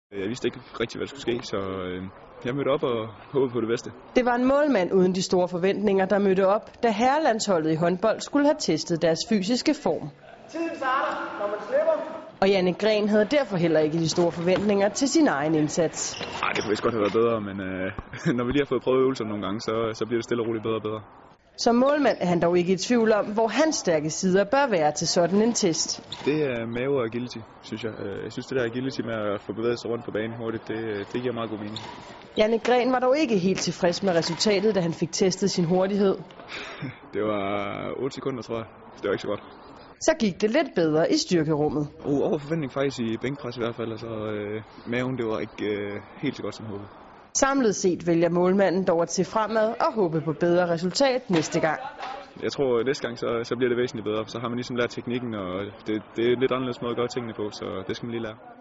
Jeg vidste ikke rigtig, hvad der skulle ske, så jeg mødte op og håbede på det bedste. Det var en målmand uden de store forventninger, der mødte op, da herrelandsholdet i håndbold skulle have testet deres fysiske form. Tiden starter, når man slipper. Og Jannik Gren havde derfor heller ikke de store forventninger til sin egen indsats. Nej, det kunne vist godt have været bedre, men når vi lige har fået prøvet øvelser nogle gange, så bliver det stille og roligt bedre og bedre. Som målmand er han dog ikke i tvivl om, hvor hans stærke sider bør være til sådan en test. Det er mave og agility, synes jeg. Jeg synes, det der agility med at få bevæget sig rundt på banen hurtigt, det giver meget god mening. Jannik Gren var dog ikke helt tilfreds med resultatet, da han fik testet sin hurtighed. Det var 8 sekunder, tror jeg. Det var ikke så godt. Så gik det lidt bedre i styrkerummet. Over forventning faktisk i bænkpres i hvert fald. Altså, maven, det var ikke helt så godt som håbet. Samlet set vælger målmanden dog at se fremad og håbe på bedre resultat næste gang. Jeg tror, at næste gang så bliver det væsentligt bedre. Så har man ligesom lært teknikken, og det er lidt anderledes måde at gøre tingene på, så det skal man lige lære.